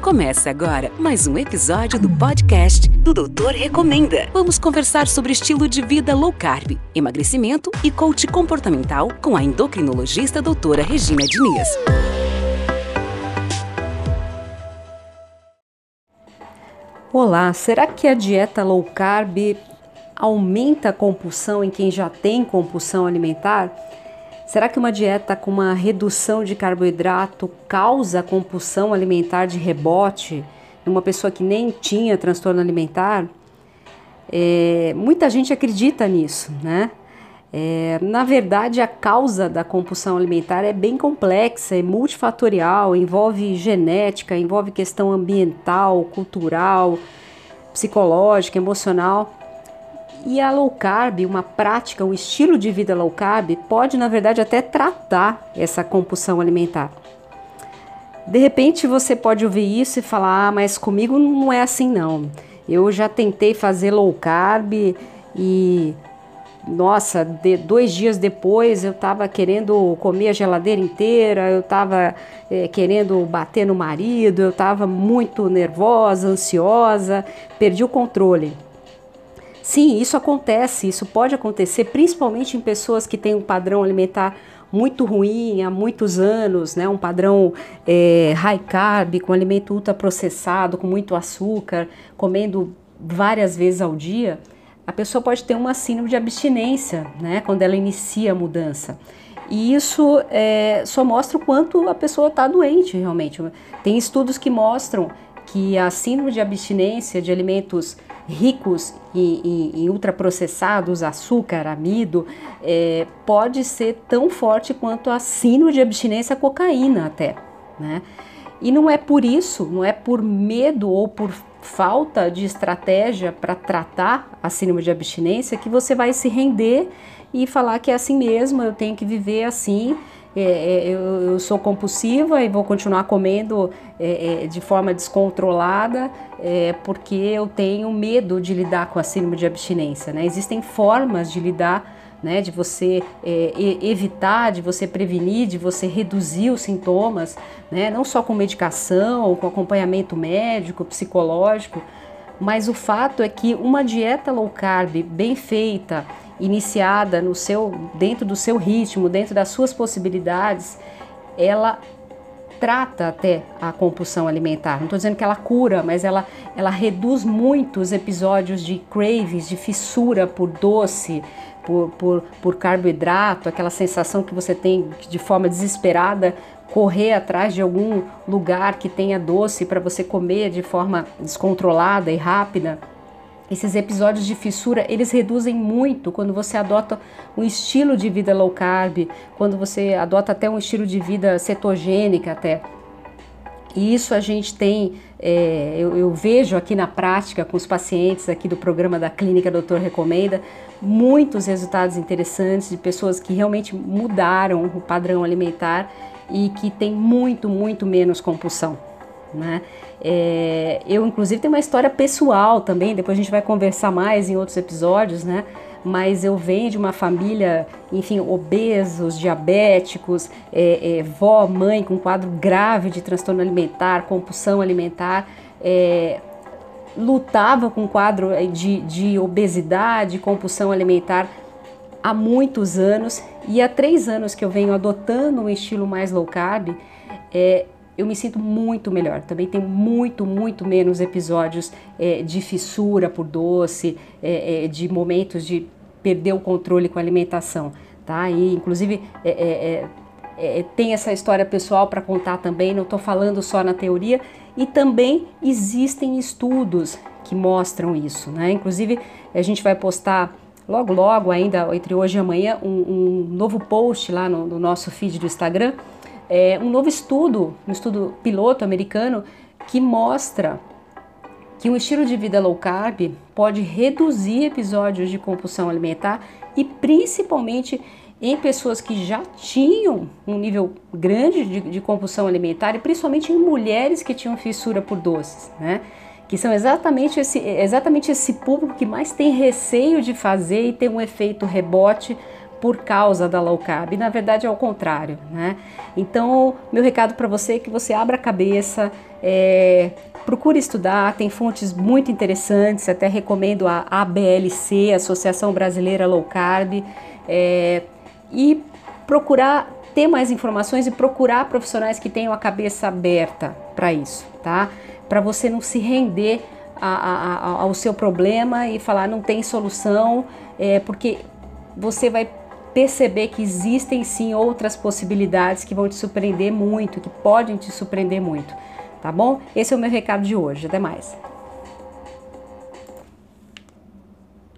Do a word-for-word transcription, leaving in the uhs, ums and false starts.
Começa agora mais um episódio do podcast do Doutor Recomenda. Vamos conversar sobre estilo de vida low carb, emagrecimento e coach comportamental com a endocrinologista doutora Regina Diniz. Olá, será que a dieta low carb aumenta a compulsão em quem já tem compulsão alimentar? Será que uma dieta com uma redução de carboidrato causa compulsão alimentar de rebote numa pessoa que nem tinha transtorno alimentar? É, muita gente acredita nisso, né? É, na verdade, a causa da compulsão alimentar é bem complexa, é multifatorial, envolve genética, envolve questão ambiental, cultural, psicológica, emocional. E a low carb, uma prática, um estilo de vida low carb, pode, na verdade, até tratar essa compulsão alimentar. De repente, você pode ouvir isso e falar, ah, mas comigo não é assim não. Eu já tentei fazer low carb e, nossa, de, dois dias depois eu estava querendo comer a geladeira inteira, eu estava é, querendo bater no marido, eu estava muito nervosa, ansiosa, perdi o controle. Sim, isso acontece, isso pode acontecer principalmente em pessoas que têm um padrão alimentar muito ruim há muitos anos, né? Um padrão é, high carb, com alimento ultraprocessado, com muito açúcar, comendo várias vezes ao dia. A pessoa pode ter uma síndrome de abstinência, né? Quando ela inicia a mudança. E isso é, só mostra o quanto a pessoa está doente realmente. Tem estudos que mostram que a síndrome de abstinência de alimentos ricos em, em, em ultraprocessados, açúcar, amido, é, pode ser tão forte quanto a síndrome de abstinência à cocaína até, né? E não é por isso, não é por medo ou por falta de estratégia para tratar a síndrome de abstinência que você vai se render e falar que é assim mesmo, eu tenho que viver assim. É, eu, eu sou compulsiva e vou continuar comendo é, é, de forma descontrolada é, porque eu tenho medo de lidar com a síndrome de abstinência, né? Existem formas de lidar, né, de você é, evitar, de você prevenir, de você reduzir os sintomas, né? Não só com medicação, com acompanhamento médico, psicológico, mas o fato é que uma dieta low carb bem feita, iniciada no seu, dentro do seu ritmo, dentro das suas possibilidades, ela trata até a compulsão alimentar. Não estou dizendo que ela cura, mas ela, ela reduz muito os episódios de cravings, de fissura por doce, por, por, por carboidrato, aquela sensação que você tem de forma desesperada, correr atrás de algum lugar que tenha doce para você comer de forma descontrolada e rápida. Esses episódios de fissura, eles reduzem muito quando você adota um estilo de vida low carb, quando você adota até um estilo de vida cetogênica até. E isso a gente tem, é, eu, eu vejo aqui na prática com os pacientes aqui do programa da Clínica Doutor Recomenda, muitos resultados interessantes de pessoas que realmente mudaram o padrão alimentar e que tem muito, muito menos compulsão, né? É, eu inclusive tenho uma história pessoal também, depois a gente vai conversar mais em outros episódios, né? Mas eu venho de uma família, enfim, obesos, diabéticos, é, é, vó, mãe com quadro grave de transtorno alimentar, compulsão alimentar, é, lutava com quadro de, de obesidade, compulsão alimentar há muitos anos, e há três anos que eu venho adotando um estilo mais low carb, é, eu me sinto muito melhor. Também tem muito, muito menos episódios é, de fissura por doce, é, é, de momentos de perder o controle com a alimentação, tá? E, inclusive, é, é, é, tem essa história pessoal para contar também, não estou falando só na teoria, e também existem estudos que mostram isso, né? Inclusive, a gente vai postar logo, logo, ainda entre hoje e amanhã, um, um novo post lá no, no nosso feed do Instagram, É um novo estudo, um estudo piloto americano, que mostra que um estilo de vida low carb pode reduzir episódios de compulsão alimentar e principalmente em pessoas que já tinham um nível grande de, de compulsão alimentar e principalmente em mulheres que tinham fissura por doces, né? Que são exatamente esse, exatamente esse público que mais tem receio de fazer e tem um efeito rebote por causa da low carb, na verdade é o contrário, né? Então, meu recado para você é que você abra a cabeça, é, procure estudar, tem fontes muito interessantes, até recomendo a A B L C, Associação Brasileira Low Carb, é, e procurar ter mais informações e procurar profissionais que tenham a cabeça aberta para isso, tá? Para você não se render a, a, a, ao seu problema e falar não tem solução, é, porque você vai perceber que existem sim outras possibilidades que vão te surpreender muito, que podem te surpreender muito, tá bom? Esse é o meu recado de hoje, até mais.